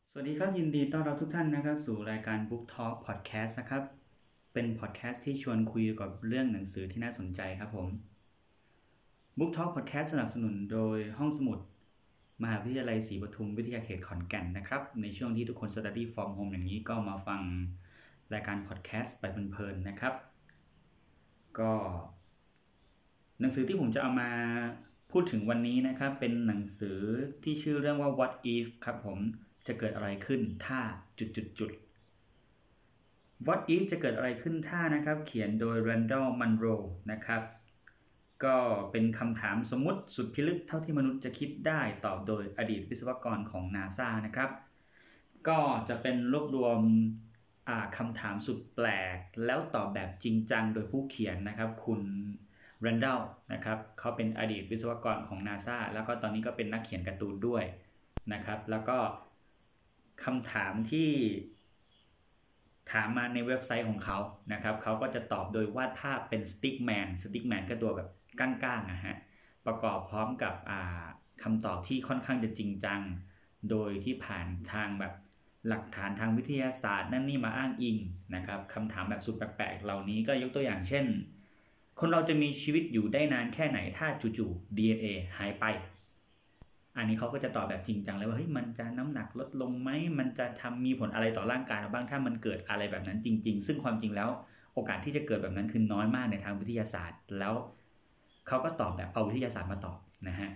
สวัสดีครับยินดีต้อนรับทุกท่านนะครับสู่รายการ Book Talk Podcast นะครับเป็นพอดแคสต์ที่ชวนคุยกับเรื่องหนังสือที่น่าสนใจครับผม Book Talk Podcast สนับสนุนโดยห้องสมุดมหาวิทยาลัยศรีปทุมวิทยาเขตขอนแก่นนะครับในช่วงที่ทุกคน Study from Home อย่างนี้ก็มาฟังรายการพอดแคสต์ไปเพลินๆนะครับก็หนังสือที่ผมจะเอามาพูดถึงวันนี้นะครับเป็นหนังสือที่ชื่อเรื่องว่า What If ครับผมจะเกิดอะไรขึ้นถ้าจุดๆ What If จะเกิดอะไรขึ้นถ้านะครับเขียนโดย Randall Munroe นะครับก็เป็นคำถามสมมุติสุดพิลึกเท่าที่มนุษย์จะคิดได้ตอบโดยอดีตวิศวกรของ NASA นะครับก็จะเป็นรวบรวมคำถามสุดแปลกแล้วตอบแบบจริงจังโดยผู้เขียนนะครับคุณแรนดัลนะครับเขาเป็นอดีตวิศวกรของ NASA แล้วก็ตอนนี้ก็เป็นนักเขียนการ์ตูนด้วยนะครับแล้วก็คำถามที่ถามมาในเว็บไซต์ของเขานะครับเขาก็จะตอบโดยวาดภาพเป็นสติ๊กแมนก็ตัวแบบก้างๆนะฮะประกอบพร้อมกับคำตอบที่ค่อนข้างจะจริงจังโดยที่ผ่านทางแบบหลักฐานทางวิทยาศาสตร์นั่นนี่มาอ้างอิงนะครับคำถามแบบสุดแปลกๆเหล่านี้ก็ยกตัวอย่างเช่นคนเราจะมีชีวิตอยู่ได้นานแค่ไหนถ้าจู่ๆ DNA หายไปอันนี้เขาก็จะตอบแบบจริงจังเลยว่าเฮ้ยมันจะน้ำหนักลดลงไหมมันจะมีผลอะไรต่อร่างกายเราบ้างถ้ามันเกิดอะไรแบบนั้นจริงๆซึ่งความจริงแล้วโอกาสที่จะเกิดแบบนั้นคือน้อยมากในทางวิทยาศาสตร์แล้วเขาก็ตอบแบบเอาวิทยาศาสตร์มาตอบนะฮะ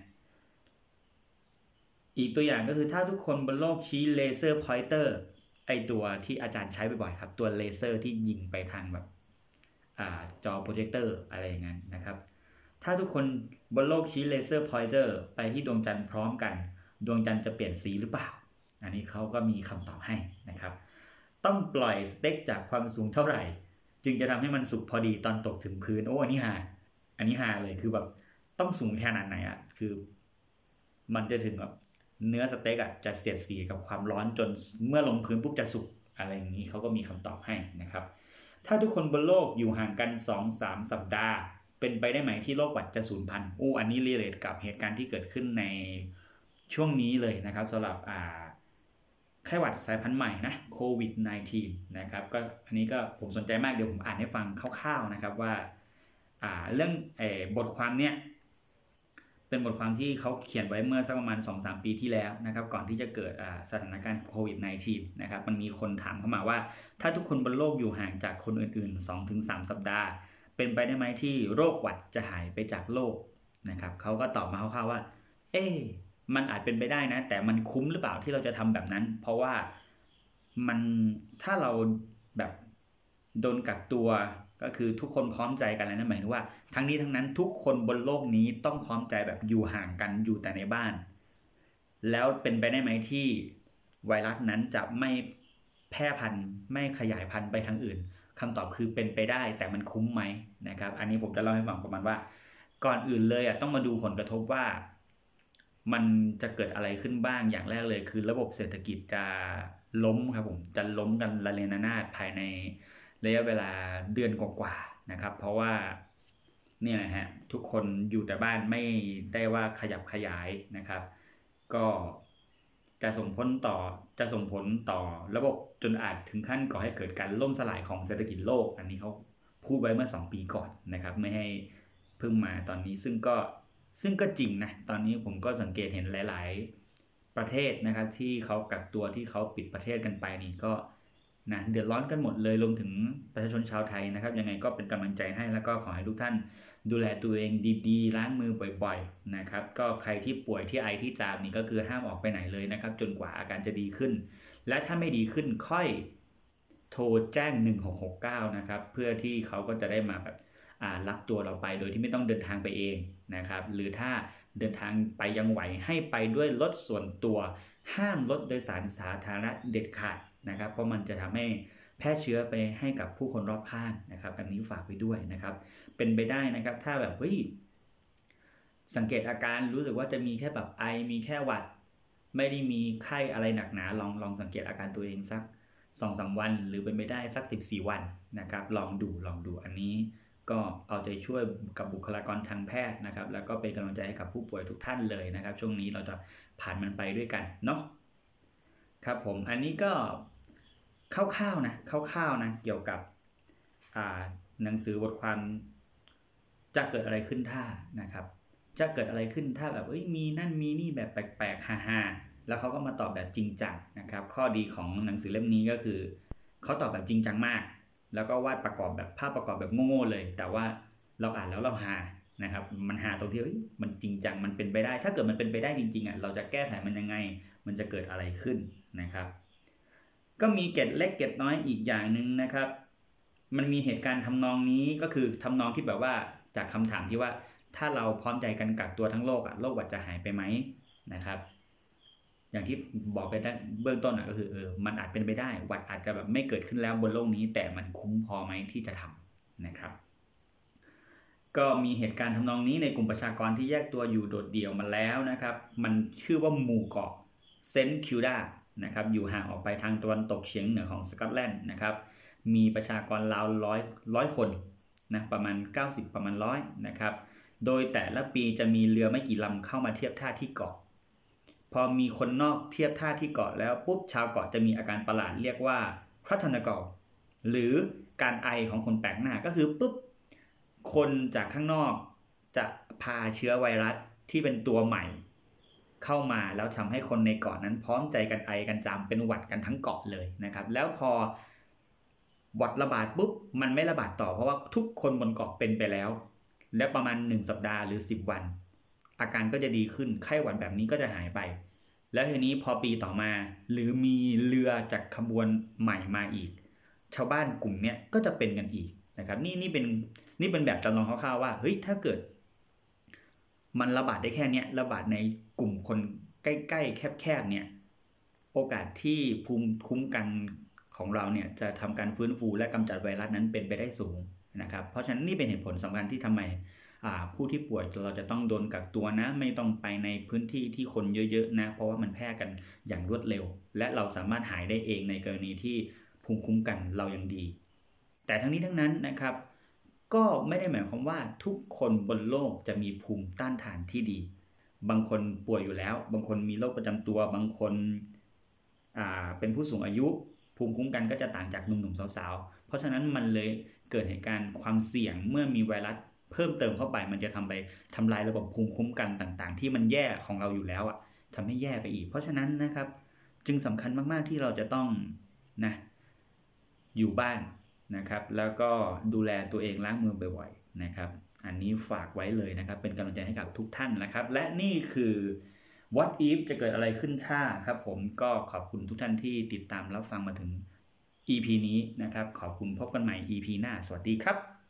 อีกตัวอย่างก็คือถ้าทุกคนบนโลกชี้เลเซอร์พอยเตอร์ไอตัวที่อาจารย์ใช้บ่อยๆครับตัวเลเซอร์ที่ยิงไปทางแบบจอโปรเจคเตอร์อะไรอย่างนั้นนะครับถ้าทุกคนบนโลกชี้เลเซอร์พอยเตอร์ไปที่ดวงจันทร์พร้อมกันดวงจันทร์จะเปลี่ยนสีหรือเปล่าอันนี้เขาก็มีคำตอบให้นะครับต้องปล่อยสเต็กจากความสูงเท่าไหร่จึงจะทำให้มันสุกพอดีตอนตกถึงพื้นโอ้อันนี้ฮาเลยคือแบบต้องสูงขนาดไหนคือมันจะถึงแบบเนื้อสเต็กจะเสียดสีกับความร้อนจนเมื่อลงพื้นปุ๊บจะสุกอะไรอย่างนี้เขาก็มีคำตอบให้นะครับถ้าทุกคนบนโลกอยู่ห่างกัน 2-3 สัปดาห์เป็นไปได้ไหมที่โรคหวัดจะสูญพันธุ์อันนี้รีเลทกับเหตุการณ์ที่เกิดขึ้นในช่วงนี้เลยนะครับสำหรับไข้หวัดสายพันธุ์ใหม่นะโควิด -19 นะครับก็อันนี้ก็ผมสนใจมากเดี๋ยวผมอ่านให้ฟังคร่าวๆนะครับว่าเรื่องบทความเนี้ยเป็นบทความที่เขาเขียนไว้เมื่อสักประมาณ 2-3 ปีที่แล้วนะครับก่อนที่จะเกิดสถานการณ์โควิด -19 นะครับมันมีคนถามเข้ามาว่าถ้าทุกคนบนโลกอยู่ห่างจากคนอื่นๆ 2-3 สัปดาห์เป็นไปได้ไหมที่โรคหวัดจะหายไปจากโลกนะครับเขาก็ตอบมาคร่าวๆว่ามันอาจเป็นไปได้นะแต่มันคุ้มหรือเปล่าที่เราจะทำแบบนั้นเพราะว่ามันถ้าเราแบบโดนกักตัวก็คือทุกคนพร้อมใจกันแล้วนะหมายถึงว่าทั้งนี้ทั้งนั้นทุกคนบนโลกนี้ต้องพร้อมใจแบบอยู่ห่างกันอยู่แต่ในบ้านแล้วเป็นไปได้ไหมที่ไวรัสนั้นจะไม่แพร่พันธุ์ไม่ขยายพันธุ์ไปทางอื่นคำตอบคือเป็นไปได้แต่มันคุ้มไหมนะครับอันนี้ผมจะเล่าให้ฟังประมาณว่าก่อนอื่นเลยต้องมาดูผลกระทบว่ามันจะเกิดอะไรขึ้นบ้างอย่างแรกเลยคือระบบเศรษฐกิจจะล้มครับผมจะล้มกันระเนระนาดภายในระยะเวลาเดือนกว่าๆนะครับเพราะว่าเนี่ยนะฮะทุกคนอยู่แต่บ้านไม่ได้ว่าขยับขยายนะครับก็จะส่งผลต่อระบบจนอาจถึงขั้นก่อให้เกิดการล่มสลายของเศรษฐกิจโลกอันนี้เขาพูดไว้เมื่อ2 ปีก่อนนะครับไม่ให้เพิ่งมาตอนนี้ซึ่งก็จริงนะตอนนี้ผมก็สังเกตเห็นหลายๆประเทศนะครับที่เขากักตัวที่เขาปิดประเทศกันไปนี่ก็นะเดือดร้อนกันหมดเลยรวมถึงประชาชนชาวไทยนะครับยังไงก็เป็นกำลังใจให้แล้วก็ขอให้ทุกท่านดูแลตัวเองดีๆล้างมือบ่อยๆนะครับก็ใครที่ป่วยที่ไอที่จามนี่ก็คือห้ามออกไปไหนเลยนะครับจนกว่าอาการจะดีขึ้นและถ้าไม่ดีขึ้นค่อยโทรแจ้ง1669นะครับเพื่อที่เขาก็จะได้มาแบบรับตัวเราไปโดยที่ไม่ต้องเดินทางไปเองนะครับหรือถ้าเดินทางไปยังไหวให้ไปด้วยรถส่วนตัวห้ามรถโดยสารสาธารณะเด็ดขาดนะครับเพราะมันจะทำให้แพร่เชื้อไปให้กับผู้คนรอบข้างนะครับอันนี้ฝากไว้ด้วยนะครับเป็นไปได้นะครับถ้าแบบสังเกตอาการรู้สึกว่าจะมีแค่แบบไอมีแค่หวัดไม่ได้มีไข้อะไรหนักหนาลองสังเกตอาการตัวเองสัก2-3 วันหรือเป็นไปได้สัก14 วันนะครับลองดูอันนี้ก็เอาใจช่วยกับบุคลากรทางแพทย์นะครับแล้วก็เป็นกำลังใจให้กับผู้ป่วยทุกท่านเลยนะครับช่วงนี้เราจะผ่านมันไปด้วยกันเนาะครับผมอันนี้ก็คร่าวๆนะเกี่ยวกับหนังสือบทความจะเกิดอะไรขึ้นถ้านะครับจะเกิดอะไรขึ้นถ้าแบบมีนั่นมีนี่แบบแปลกๆฮาๆแล้วเขาก็มาตอบแบบจริงจังนะครับข้อดีของหนังสือเล่มนี้ก็คือเขาตอบแบบจริงจังมากแล้วก็วาดประกอบแบบภาพประกอบแบบโง่ๆเลยแต่ว่าเราอ่านแล้วเราฮานะครับมันฮาตรงที่มันจริงจังมันเป็นไปได้ถ้าเกิดมันเป็นไปได้จริงๆเราจะแก้ไขมันยังไงมันจะเกิดอะไรขึ้นนะครับก็มีเกร็ดเล็กเกร็ดน้อยอีกอย่างนึงนะครับมันมีเหตุการณ์ทำนองนี้ก็คือทำนองที่แบบว่าจากคำถามที่ว่าถ้าเราพร้อมใจกันกักตัวทั้งโลกโลกหวัดจะหายไปไหมนะครับอย่างที่บอกไปเบื้องต้นก็คือมันอาจเป็นไปได้หวัดอาจจะแบบไม่เกิดขึ้นแล้วบนโลกนี้แต่มันคุ้มพอไหมที่จะทำนะครับก็มีเหตุการณ์ทำนองนี้ในกลุ่มประชากรที่แยกตัวอยู่โดดเดี่ยวมาแล้วนะครับมันชื่อว่าหมู่เกาะเซนต์คิวดานะครับอยู่ห่างออกไปทางตะวันตกเฉียงเหนือของสกอตแลนด์นะครับมีประชากรราวร้อยคนนะประมาณ90ประมาณ100นะครับโดยแต่ละปีจะมีเรือไม่กี่ลำเข้ามาเทียบท่าที่เกาะพอมีคนนอกเทียบท่าที่เกาะแล้วปุ๊บชาวเกาะจะมีอาการประหลาดเรียกว่าครัตนากอหรือการไอของคนแปลกหน้าก็คือปุ๊บคนจากข้างนอกจะพาเชื้อไวรัสที่เป็นตัวใหม่เข้ามาแล้วทำให้คนในเกาะนั้นพร้อมใจกันไอกันจามเป็นหวัดกันทั้งเกาะเลยนะครับแล้วพอหวัดระบาดปุ๊บมันไม่ระบาดต่อเพราะว่าทุกคนบนเกาะเป็นไปแล้วและประมาณ1สัปดาห์หรือ10วันอาการก็จะดีขึ้นไข้หวัดแบบนี้ก็จะหายไปแล้วทีนี้พอปีต่อมาหรือมีเรือจากขบวนใหม่มาอีกชาวบ้านกลุ่มนี้ก็จะเป็นกันอีกนะครับนี่เป็นแบบจำลองคร่าวๆว่าเฮ้ยถ้าเกิดมันระบาดได้แค่นี้ระบาดในกลุ่มคนใกล้ๆแคบๆเนี่ยโอกาสที่ภูมิคุ้มกันของเราเนี่ยจะทำการฟื้นฟูและกำจัดไวรัสนั้นเป็นไปได้สูงนะครับเพราะฉะนั้นนี่เป็นเหตุผลสำคัญที่ทำไมผู้ที่ป่วยเราจะต้องโดนกักตัวนะไม่ต้องไปในพื้นที่ที่คนเยอะๆนะเพราะว่ามันแพร่กันอย่างรวดเร็วและเราสามารถหายได้เองในกรณีที่ภูมิคุ้มกันเรายังดีแต่ทั้งนี้ทั้งนั้นนะครับก็ไม่ได้หมายความว่าทุกคนบนโลกจะมีภูมิต้านทานที่ดีบางคนป่วยอยู่แล้วบางคนมีโรคประจำตัวบางคนเป็นผู้สูงอายุภูมิคุ้มกันก็จะต่างจากหนุ่มๆสาวๆเพราะฉะนั้นมันเลยเกิดเหตุการณ์ความเสี่ยงเมื่อมีไวรัสเพิ่มเติมเข้าไปมันจะทำลายระบบภูมิคุ้มกันต่างๆที่มันแย่ของเราอยู่แล้วทำให้แย่ไปอีกเพราะฉะนั้นนะครับจึงสำคัญมากๆที่เราจะต้องนะอยู่บ้านนะครับแล้วก็ดูแลตัวเองล้างมือบ่อยๆนะครับอันนี้ฝากไว้เลยนะครับเป็นกำลังใจให้กับทุกท่านนะครับและนี่คือ What if จะเกิดอะไรขึ้นถ้าครับผมก็ขอบคุณทุกท่านที่ติดตามรับฟังมาถึง EP นี้นะครับขอบคุณพบกันใหม่ EP หน้าสวัสดีครับ